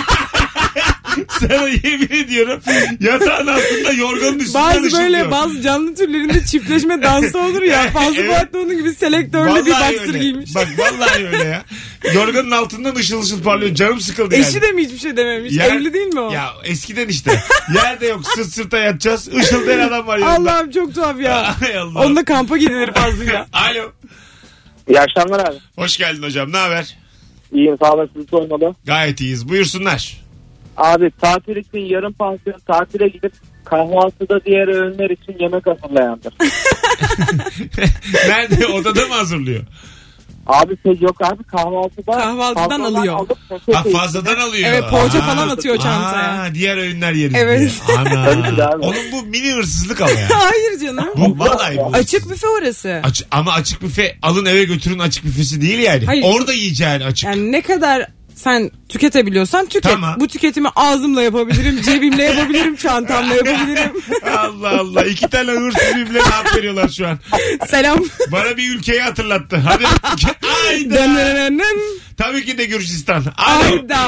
Sana yemin ediyorum yatağın altında yorganın üstünden bazı ışıldıyor. böyle bazı canlı türlerinde çiftleşme dansı olur ya. Fazlı Evet. Polat da onun gibi selektörlü bir Vallahi boxer öyle. giymiş. Bak vallahi öyle ya. Yorganın altından ışıl ışıl parlıyor. Canım sıkıldı yani. Eşi de mi hiçbir şey dememiş? Yer- Evli değil mi o? Ya eskiden işte. Yerde yok sırt sırta yatacağız. Işıldayan adam var yanında. Allah'ım çok tuhaf ya. Ay Allah. Onunla kampa gidilir Fazlı'yla. Alo. İyi akşamlar abi. Hoş geldin hocam. Ne haber? İyiyim sağ olasın sormalı. Gayet iyiyiz. Buyursunlar. Abi tatil için yarım pansiyon tatile gidip kahvaltıda diğer öğünler için yemek hazırlayandır. Nerede? Odada mı hazırlıyor? Abi şey yok abi kahvaltıda. Kahvaltıdan fazladan alıyor. alıp Ha, poşete fazladan alıyor. Evet, poğaça Aa. falan atıyor çantaya. Aa, diğer öğünler yeriz Evet. diye. Ana. Tabii ki abi. Oğlum bu mini hırsızlık ama ya. Hayır canım. Bu vallahi bu. Açık büfe orası. Aç- ama açık büfe alın eve götürün açık büfesi değil yani. Hayır. Orada yiyeceğin açık. Yani ne kadar sen tüketebiliyorsan tüket. Tamam. Bu tüketimi ağzımla yapabilirim, cebimle yapabilirim, çantamla yapabilirim. Allah Allah. İki tane hırsız birbirlerine hak veriyorlar şu an. Selam. Bana bir ülkeyi hatırlattı. Hadi. Hayda. Dönönönön. Tabii ki de Gürcistan. Alo. Ayda.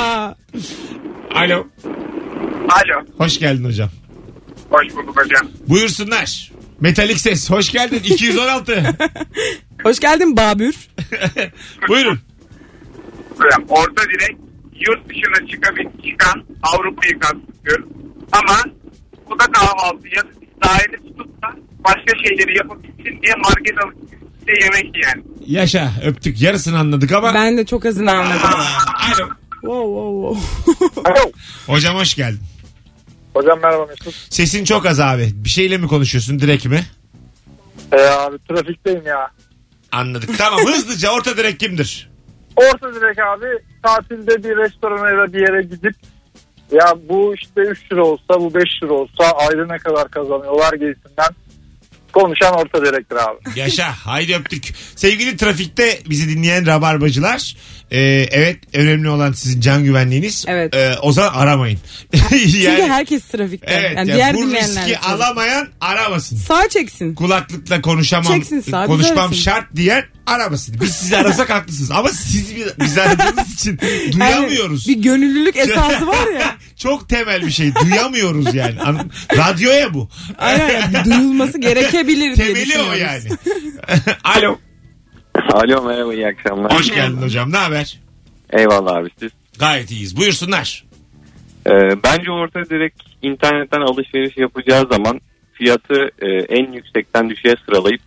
Alo. Alo. Hoş geldin hocam. Hoş bulduk hocam. Buyursunlar. Metalik ses. Hoş geldin. iki yüz on altı. Hoş geldin Babür. Buyurun. Hocam orta direk yurt dışına çıkabil, çıkan Avrupa'yı kastediyorum. Ama bu da kahvaltı ya daire tutup da başka şeyleri yapabilsin diye market alışverişte yemek yani. Yaşa öptük. Yarısını anladık ama. Ben de çok azını anladım. Alo. Wow wow wow. Alo. Hocam hoş geldin. Hocam merhaba Mesut. Sesin çok az abi. Bir şeyle mi konuşuyorsun direkt mi? Ee, abi trafikteyim ya. Anladık. Tamam hızlıca orta direkt kimdir? Orta direk abi tatilde bir restorana ya da bir yere gidip ya bu işte üç lira olsa bu beş lira olsa ayda ne kadar kazanıyorlar gibisinden konuşan orta direktir abi. Yaşa. Haydi öptük. Sevgili trafikte bizi dinleyen rabarbacılar. e, evet önemli olan sizin can güvenliğiniz. Evet. E, o zaman aramayın. Çünkü yani, herkes trafikte. evet, yani yani diğer bu dinleyenler. riski de trafik. alamayan aramasın. Sağ çeksin. Kulaklıkla konuşamam. Çeksin sağa, biz konuşmam arasın. şart diyen aramasın. Biz sizi arasak haklısınız. Ama siz bi- bizi aradığınız için duyamıyoruz. Yani bir gönüllülük esası var ya. Çok temel bir şey. Duyamıyoruz yani. An- Radyoya bu. Aynen yani duyulması gerekebilir diye Temeli o düşünüyoruz. yani. Alo. Alo merhaba iyi akşamlar. Hoş geldin hocam. Ne haber? Eyvallah abi siz. Gayet iyiyiz. Buyursunlar. Ee, bence orta direkt internetten alışveriş yapacağı zaman fiyatı e, en yüksekten düşüğe sıralayıp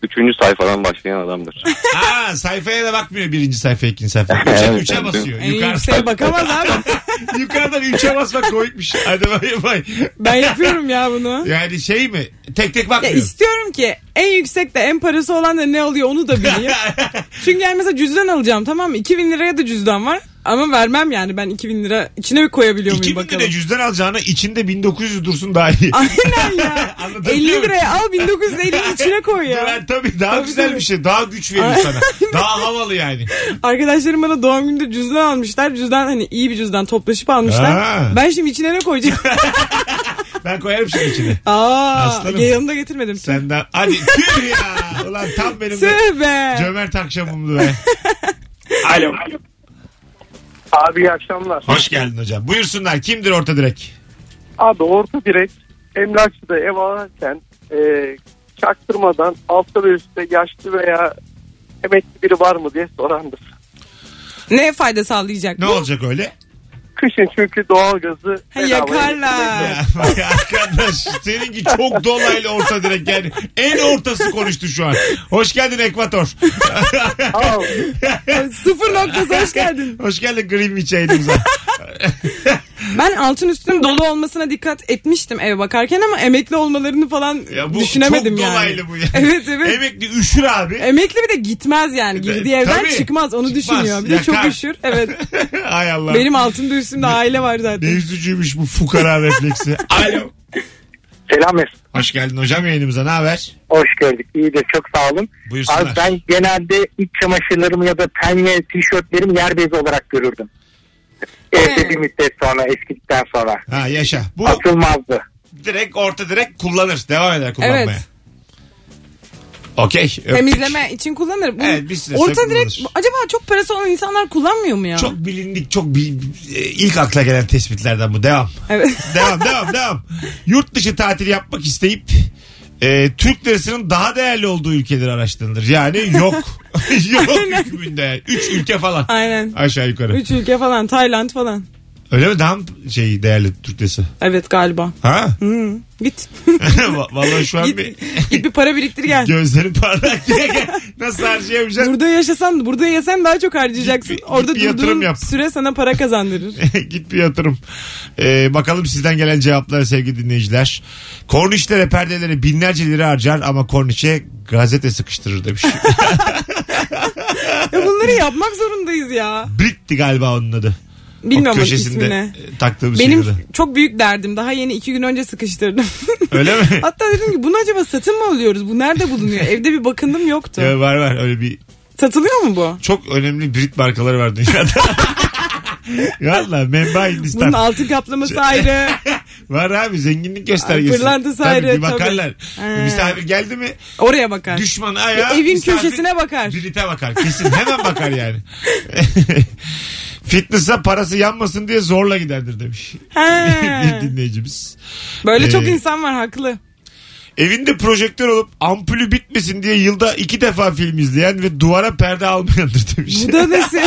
üçüncü sayfadan başlayan adamdır. Aa, sayfaya da bakmıyor birinci sayfa ikinci sayfa. Üçe, Evet, üçe evet. basıyor. En Yukarıdan, yükseğe bakamaz abi. yukarıdan üçe basmak koymuş. Hadi bay bay. Ben yapıyorum ya bunu. Yani şey mi? Tek tek Ya bakmıyor. istiyorum ki en yüksekte en parası olan da ne alıyor onu da bileyim. Çünkü yani mesela cüzdan alacağım, tamam mı? iki bin liraya da cüzdan var. Ama vermem yani, ben iki bin lira içine mi koyabiliyor muyum iki bin bakalım. lira cüzdan alacağına içinde bin dokuz yüz dursun daha iyi. Aynen ya. Anlatabiliyor elli muyum? liraya al, bin dokuz yüz elli içine koy ya. Ben, tabii daha Tabii, güzel tabii. bir şey. Daha güç verir sana. Daha havalı yani. Arkadaşlarım bana doğum gününde cüzdan almışlar. Cüzdan hani iyi bir cüzdan toplaşıp almışlar. Ha. Ben şimdi içine ne koyacağım? Ben koyarım şimdi içine. Aa, Aslanım. yanımda getirmedim. Senden. Hadi tüh ya. Ulan tam benim de Tüh be. cömert akşamımdı be. Alo. Abi iyi akşamlar. Hoş geldin hocam. Buyursunlar. Kimdir orta direk? Abi orta direkt emlakçıda ev alırken e, çaktırmadan altta ve üstte yaşlı veya emekli biri var mı diye sorandır. Ne fayda sağlayacak Ne bu? olacak öyle? Kışın çünkü doğalgazı Ha, yakarlar. Ya, bak arkadaş seninki çok dolaylı orta direk yani. En ortası konuştu şu an. Hoş geldin Ekvator. Sıfır noktası, hoş geldin. Hoş geldin Greenwich yayınımıza. Ben altın üstünün dolu olmasına dikkat etmiştim eve bakarken ama emekli olmalarını falan Ya bu düşünemedim çok yani. dolaylı bu ya. Evet evet. Emekli üşür abi. Emekli bir de gitmez yani. Girdiği evden Tabii. çıkmaz. Onu Çıkmaz. düşünüyor. Bir de Yakar. çok üşür. Evet. Hay Allah. Benim altımda üstümde aile var zaten. Ne üzücüymüş bu fukara refleksi. Alo. Selam Mesut. Hoş geldin hocam yayınımıza. Ne haber? Hoş gördük. İyidir. Çok sağ olun. Buyursunlar. Abi ben genelde iç çamaşırlarımı ya da penye tişörtlerimi yer bezi olarak görürdüm. Evde He. bir müddet sonra, eskidikten sonra. Ha yaşa. Bu Atılmazdı. direkt orta direkt kullanır. Devam eder kullanmaya. Evet. Okey. öptük. Temizleme için kullanır. Bu Evet, bir süre orta sonra direkt kullanır. acaba çok parası olan insanlar kullanmıyor mu ya? Çok bilindik, çok bi- e, ilk akla gelen tespitlerden bu. Devam. Evet. devam, devam, devam. Yurt dışı tatil yapmak isteyip e, Türk lirasının daha değerli olduğu ülkeleri araştırılır. Yani yok. yok hükmünde. Üç ülke falan. Aynen. Aşağı yukarı. Üç ülke falan. Tayland falan. Öyle mi? Daha mı şey değerli Türk lirası? Evet galiba. Ha? Hı, git. Vallahi şu an git, bir... git bir para biriktir gel. Gözlerim parlak diye gel. Nasıl harcayamayacağım? Burada yaşasan, burada yesen daha çok harcayacaksın. Git bir- Orada git bir yatırım durduğun yap. süre sana para kazandırır. Git bir yatırım. Ee, bakalım sizden gelen cevaplar sevgili dinleyiciler. Kornişlere, perdelere binlerce lira harcar ama kornişe gazete sıkıştırır demiş. Ya bunları yapmak zorundayız ya. Brick'ti galiba onun adı. Bilmiyorum O onun köşesinde ismini. taktığımız Benim şeyleri. çok büyük derdim. Daha yeni iki gün önce sıkıştırdım. Öyle mi? Hatta dedim ki bunu acaba satın mı alıyoruz? Bu nerede bulunuyor? Evde bir bakındım yoktu. Ya var var öyle bir Satılıyor mu bu? çok önemli Brit markaları var dünyada. Valla menba Hindistan. Bunun altın kaplaması ayrı. Var abi zenginlik göstergesi. Pırlantası Tabii, ayrı, bir bakarlar. tabii. Misafir geldi mi Oraya bakar. düşman ayağı. Evin misafir köşesine bakar. Brit'e bakar. Kesin hemen bakar yani. Fitness'a parası yanmasın diye zorla giderdir demiş. He. Bir dinleyicimiz. Böyle Ee, çok insan var, haklı. Evinde projektör olup ampulü bitmesin diye yılda iki defa film izleyen ve duvara perde almayandır demiş. Bu da nesi?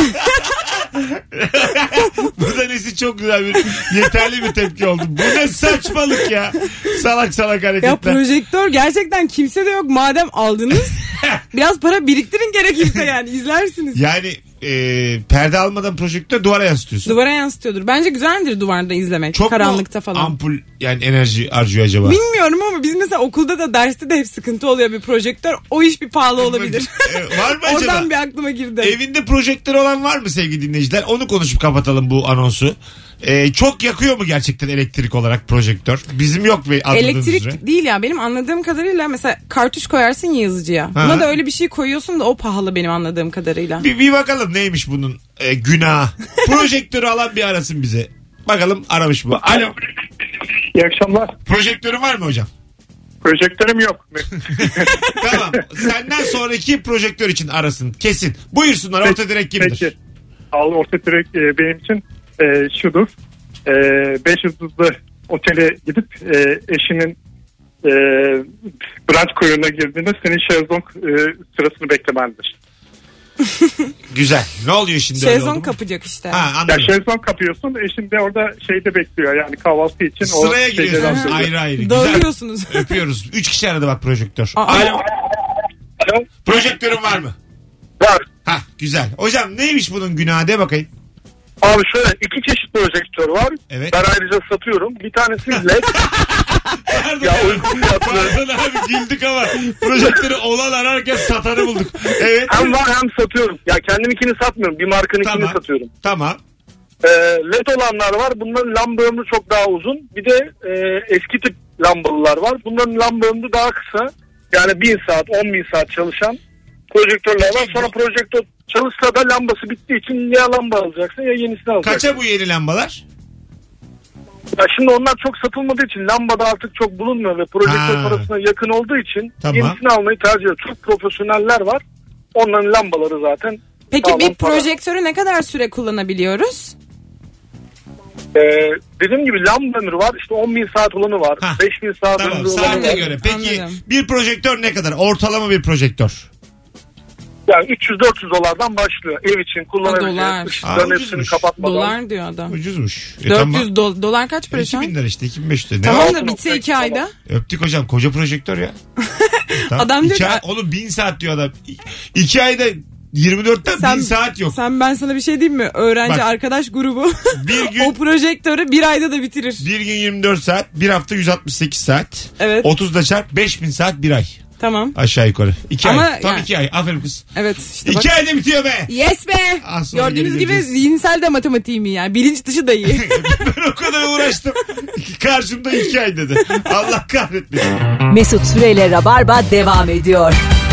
Bu da nesi çok güzel bir yeterli bir tepki oldu. Bu ne saçmalık ya. Salak salak Ya hareketler. projektör gerçekten kimse de yok. Madem aldınız biraz para biriktirin gerekirse yani izlersiniz. Yani e, perde almadan projektör duvara yansıtıyorsun. Duvara yansıtıyordur. Bence güzeldir duvarda izlemek. Çok karanlıkta mu falan. ampul yani enerji harcıyor acaba? Bilmiyorum ama biz mesela okulda da derste de hep sıkıntı oluyor bir projektör. O iş bir pahalı olabilir. E, var mı acaba? Oradan bir aklıma girdi. Evinde projektör olan var mı sevgili dinleyiciler? Onu konuşup kapatalım bu anonsu. Ee, çok yakıyor mu gerçekten elektrik olarak projektör? Bizim yok be anladığımız Elektrik üzere. değil ya, benim anladığım kadarıyla mesela kartuş koyarsın ya yazıcıya. Ha. Buna da öyle bir şey koyuyorsun da o pahalı benim anladığım kadarıyla. Bir, bir bakalım neymiş bunun e, günahı. Projektörü alan bir arasın bize. Bakalım aramış mı? Alo. İyi akşamlar. Projektörün var mı hocam? Projektörüm yok. Tamam. Senden sonraki projektör için arasın. Kesin. Buyursunlar. Orta direk kimdir? Peki. Al orta direkt e, benim için e, şudur. E, beş yıldızlı otele gidip e, eşinin e, brunch kuyruğuna girdiğinde senin şezlong e, sırasını beklemendir. Güzel. Ne oluyor şimdi? öyle oldu Şezlong mu? kapacak işte. Ha Ya anladım. şezlong kapıyorsun, eşin de orada şeyde bekliyor yani kahvaltı için. Sıraya o şeyleri giriyorsunuz. hazırlıyor. Ayrı ayrı. Güzel. Dağılıyorsunuz. Öpüyoruz. Üç kişi aradı bak projektör. Aa. Alo. Alo. Projektörün var mı? Var. Ha güzel. Hocam neymiş bunun günahı de bakayım. Abi şöyle iki çeşit projektör var. Evet. Ben ayrıca satıyorum. Bir tanesi L E D. Pardon, Ya uygun fiyatlı. pardon abi güldük ama projektörü olan ararken satanı bulduk. Evet. Hem var hem satıyorum. Ya kendiminkini satmıyorum. Bir markanınkini Tamam. satıyorum. Tamam. Ee, L E D olanlar var. Bunların lamba ömrü çok daha uzun. Bir de e, eski tip lambalılar var. Bunların lamba ömrü daha kısa. Yani bin saat, on bin saat çalışan projektörler var. Sonra projektör çalışsa da lambası bittiği için ya lamba alacaksın ya yenisini alacaksın. Kaça bu yeni lambalar? Ya şimdi onlar çok satılmadığı için lambada artık çok bulunmuyor ve projektör Ha. parasına yakın olduğu için Tamam. yenisini almayı tercih ediyor. Çok profesyoneller var. Onların lambaları zaten. Peki sağlam bir para. projektörü ne kadar süre kullanabiliyoruz? Ee, dediğim gibi lamba ömrü var. İşte on bin saat olanı var. Ha. beş bin saat Tamam ömrü olanı saate var. göre. Peki Anladım. bir projektör ne kadar? Ortalama bir projektör. Yani üç yüz dört yüz dolardan başlıyor. Ev için O kullanabileceğiniz dolar. ışıkların Aa, hepsini ucuzmuş. kapatmadan. Dolar diyor adam. Ucuzmuş. E, dört yüz tamam. do- dolar kaç para şu iki an? bin lira işte iki bin beş yüz lira. Ne Tamam var? da bitse iki ayda. Öptük hocam koca projektör ya. Tamam. Adam diyor İki ki- ay, oğlum bin saat diyor adam. İ- İki ayda yirmi dörtten Sen- bin saat yok. Sen ben sana bir şey diyeyim mi? Öğrenci Bak. arkadaş grubu Bir gün o projektörü bir ayda da bitirir. bir gün yirmi dört saat, bir hafta yüz altmış sekiz saat. Evet. otuzda çarp beş bin saat bir ay. Tamam. Aşağı yukarı. iki Ama ay. Tam yani- iki ay. Aferin kız. Evet işte bak. iki ayda bitiyor be. Yes be. Az sonra Gördüğünüz gibi geleceğiz. zihinsel de matematiğim iyi yani. Bilinç dışı da iyi. Ben o kadar uğraştım. Karşımda iki ay dedi. Allah kahretmesin. Mesut Süreyle Rabarba devam ediyor.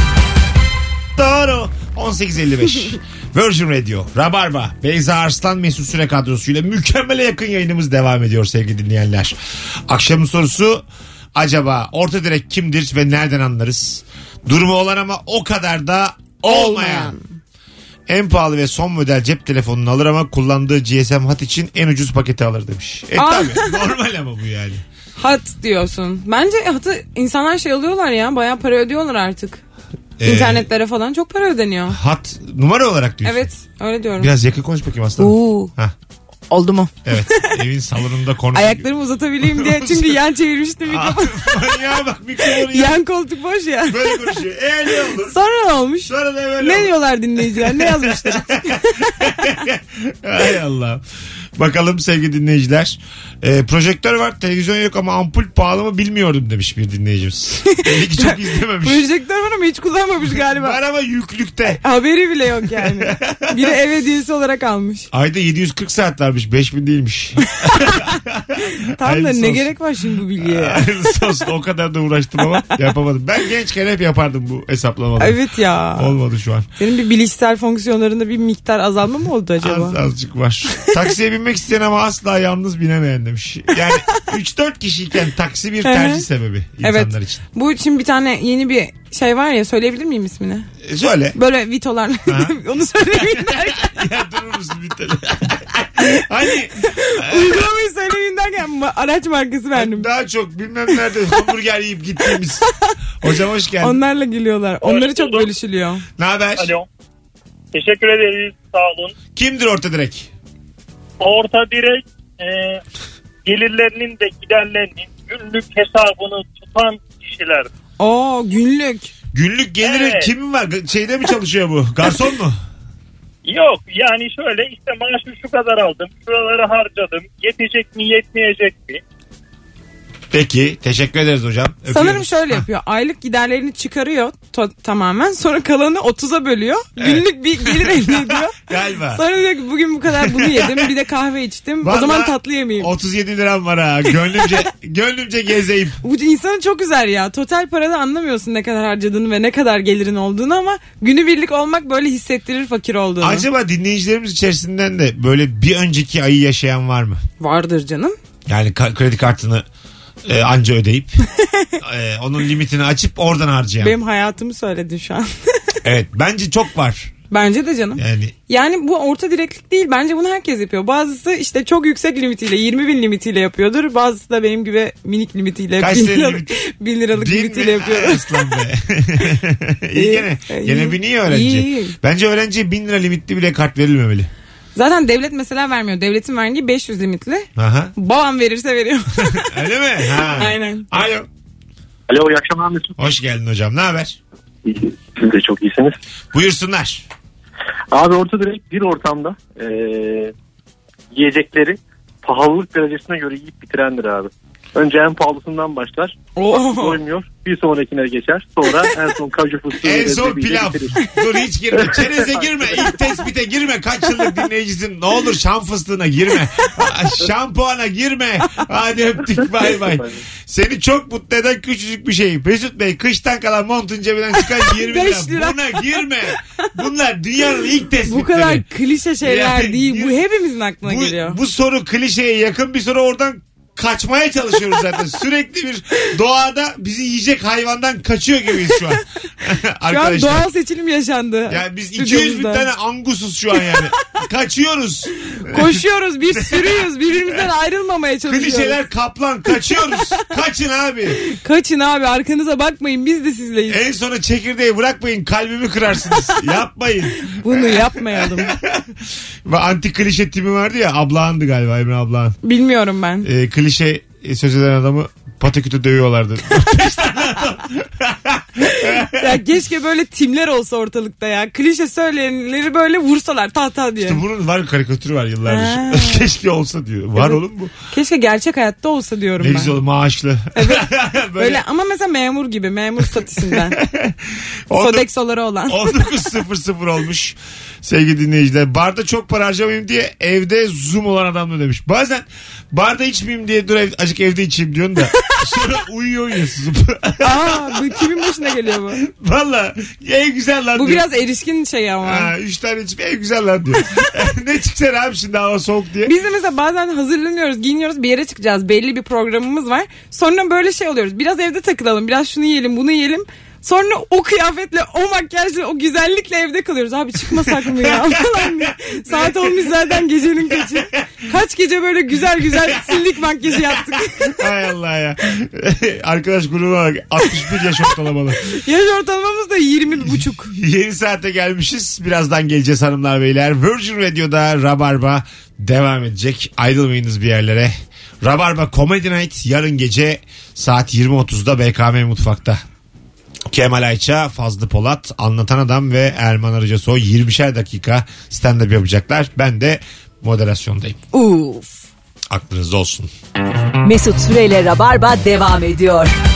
Doğru. on sekiz elli beş. Virgin Radio, Rabarba, Beyza Arslan, Mesut Süre kadrosuyla mükemmele yakın yayınımız devam ediyor sevgili dinleyenler. Akşamın sorusu acaba orta direk kimdir ve nereden anlarız? Durumu olan ama o kadar da olmayan. Olmayan. En pahalı ve son model cep telefonunu alır ama kullandığı G S M hat için en ucuz paketi alır demiş. E Aa. tabi normal ama bu yani. Hat diyorsun. Bence hatı insanlar şey alıyorlar ya. Bayağı para ödüyorlar artık. Ee, İnternetlere falan çok para ödeniyor. Hat numara olarak diyorsun. Evet öyle diyorum. Biraz yakın konuş bakayım aslanım. Oo. Hah. Oldu mu? Evet evin salonunda konuş. Ayaklarımı uzatabileyim diye çünkü yan çevirmiştim mikrofonu. Ya bak mikrofonu ya. Yan koltuk boş ya. Böyle konuşuyor. E ne olur? Sonra ne olmuş? Sonra da böyle Ne olur. diyorlar dinleyiciler? Ne yazmışlar? Hay Allah. Bakalım sevgili dinleyiciler. Ee, projektör var, televizyon yok ama ampul pahalı mı bilmiyordum demiş bir dinleyicimiz. Belli ki çok izlememiş. Projektör var ama hiç kullanmamış galiba. Var ama yüklükte. Haberi bile yok yani. Biri ev hediyesi olarak almış. Ayda yedi yüz kırk saat varmış. beş bin değilmiş. Tam da Hayırlısı ne olsun. gerek var şimdi bu bilgiye ya? Hayırlısı olsun. O kadar da uğraştım ama yapamadım. Ben gençken hep yapardım bu hesaplamaları. Evet ya. Olmadı şu an. Senin bir bilişsel fonksiyonlarında bir miktar azalma mı oldu acaba? Az, azıcık var. Taksiye binmek isteyen ama asla yalnız binemeyen demiş. Yani üç dört kişiyken taksi bir tercih sebebi insanlar Evet. için. Bu için bir tane yeni bir şey var ya, söyleyebilir miyim ismini? E, söyle. Böyle vitolar. Onu söyleyeyim derken. Ya durur musun bir tane? Hani Uygulamayı söyleyeyim derken ma- araç markası verdim. daha çok bilmem nerede hamburger yiyip gittiğimiz. Hocam hoş geldin. Onlarla gülüyorlar. Onları çok bölüşülüyor. Ne haber? Alo. Teşekkür ederiz. Sağ olun. Kimdir orta direk? Orta direk e, gelirlerinin de giderlerinin günlük hesabını tutan kişiler. Oo, günlük. Günlük geliri Evet. kimin var? Şeyde mi çalışıyor bu? Garson mu? Yok yani şöyle işte maaşı şu kadar aldım. Şuraları harcadım. Yetecek mi yetmeyecek mi? Peki teşekkür ederiz hocam. Öpüyoruz. Sanırım şöyle Ha. yapıyor. Aylık giderlerini çıkarıyor to- tamamen. Sonra kalanı otuza bölüyor. Evet. Günlük bir gelir elde ediyor. Galiba. Sonra diyor ki bugün bu kadar bunu yedim. Bir de kahve içtim. Vallahi o zaman tatlı yemeyeyim. otuz yedi liram var ha. Gönlümce, gönlümce gezeyim. Bu insanı çok üzer ya. Total parada anlamıyorsun ne kadar harcadığını ve ne kadar gelirin olduğunu ama günübirlik olmak böyle hissettirir fakir olduğunu. Acaba dinleyicilerimiz içerisinden de böyle bir önceki ayı yaşayan var mı? Vardır canım. Yani ka- kredi kartını e, anca ödeyip e, onun limitini açıp oradan harcayan. Benim hayatımı söyledin şu an. Evet bence çok var. Bence de canım. Yani Yani bu orta direklik değil. Bence bunu herkes yapıyor. Bazısı işte çok yüksek limitiyle yirmi bin limitiyle yapıyordur. Bazısı da benim gibi minik limitiyle Kaç bin lira liralık, limit? bin liralık Değil limitiyle mi? yapıyordur. Aslan be. iyi gene. İyi. Gene bin iyi öğrenci. İyi, iyi. Bence öğrenciye bin lira limitli bile kart verilmemeli. Zaten devlet mesela vermiyor. Devletin verdiği beş yüz limitli. Aha. Babam verirse veriyor. Öyle mi? Ha. Aynen. Alo. Alo iyi akşamlar Mesut. Hoş geldin hocam. Ne haber? İyi, siz de çok iyisiniz. Buyursunlar. Abi orta direkt bir ortamda e, yiyecekleri pahalılık derecesine göre yiyip bitirendir abi. Önce en pahalısından başlar. Oh. Doymuyor. Bir sonrakine geçer. Sonra en son kaju fıstığı. En son pilav. Dur hiç girme. Çereze girme. İlk tespite girme. Kaç yıllık dinleyicisin. Ne olur şam fıstığına girme. Şampuana girme. Hadi öptük. Bay bay. Seni çok mutlu eden küçücük bir şey. Mesut Bey kıştan kalan montun cebinden çıkan yirmi lira. lira. Buna girme. Bunlar dünyanın ilk tespitleri. Bu kadar klişe şeyler Yani, değil. Bu hepimizin aklına bu, geliyor. Bu soru klişeye yakın bir soru, oradan kaçmaya çalışıyoruz zaten. Sürekli bir doğada bizi yiyecek hayvandan kaçıyor gibiyiz şu an. Şu an doğal seçilim yaşandı. Yani biz iki yüz bin tane angusuz şu an yani. Kaçıyoruz. Koşuyoruz, bir sürüyoruz. Birbirimizden ayrılmamaya çalışıyoruz. Klişeler kaplan, kaçıyoruz. Kaçın abi. Kaçın abi, arkanıza bakmayın, biz de sizleyiz. En sona çekirdeği bırakmayın, kalbimi kırarsınız. Yapmayın. Bunu yapmayalım. Anti klişe timi vardı ya, Ablahan'dı galiba, Emre Ablahan. Bilmiyorum ben. Ee, klişe söz eden adamı patakütü dövüyorlardı. Ya keşke böyle timler olsa ortalıkta ya. Klişe söyleyenleri böyle vursalar tahta diye. İşte bunun var, karikatürü var yıllardır. Keşke olsa diyor. Var evet. oğlum bu. Keşke gerçek hayatta olsa diyorum ne ben. Ne güzel olur, maaşlı. Evet. böyle... böyle ama mesela memur gibi, memur statüsünden. Sodexoları olan. on dokuz sıfır sıfır olmuş sevgili dinleyiciler. Barda çok para harcamayayım diye evde zoom olan adam da demiş. Bazen barda içmeyeyim diye dur ev, azıcık evde içeyim diyorsun da sonra uyuyor uyuyorsun. Aa, bu kimin başına geliyor bu? Valla en güzel lan bu diyor. Biraz erişkin şey ama. Ha, üç tane içip en güzel lan diyor. Ne çıksan abi şimdi hava soğuk diye. Biz de mesela bazen hazırlanıyoruz, giyiniyoruz, bir yere çıkacağız. Belli bir programımız var. Sonra böyle şey oluyoruz. Biraz evde takılalım, biraz şunu yiyelim, bunu yiyelim. Sonra o kıyafetle, o makyajla, o güzellikle evde kalıyoruz. Abi çıkmasak mı ya? Saat olmuş zaten gecenin kaçı. Kaç gece böyle güzel güzel sildik makyajı yaptık. Hay Allah ya. Arkadaş grubuna bak. altmış bir yaş ortalamalı. Yaş ortalamamız da yirmi buçuk. Yeni saate gelmişiz. Birazdan geleceğiz hanımlar beyler. Virgin Radio'da Rabarba devam edecek. Ayrılmayınız bir yerlere. Rabarba Comedy Night yarın gece saat yirmi otuzda B K M Mutfak'ta. Kemal Ayça, Fazlı Polat, Anlatan Adam ve Erman Arıcasoy yirmişer dakika stand-up yapacaklar. Ben de moderasyondayım. Uf. Aklınızda olsun. Mesut Süreyle Rabarba devam ediyor.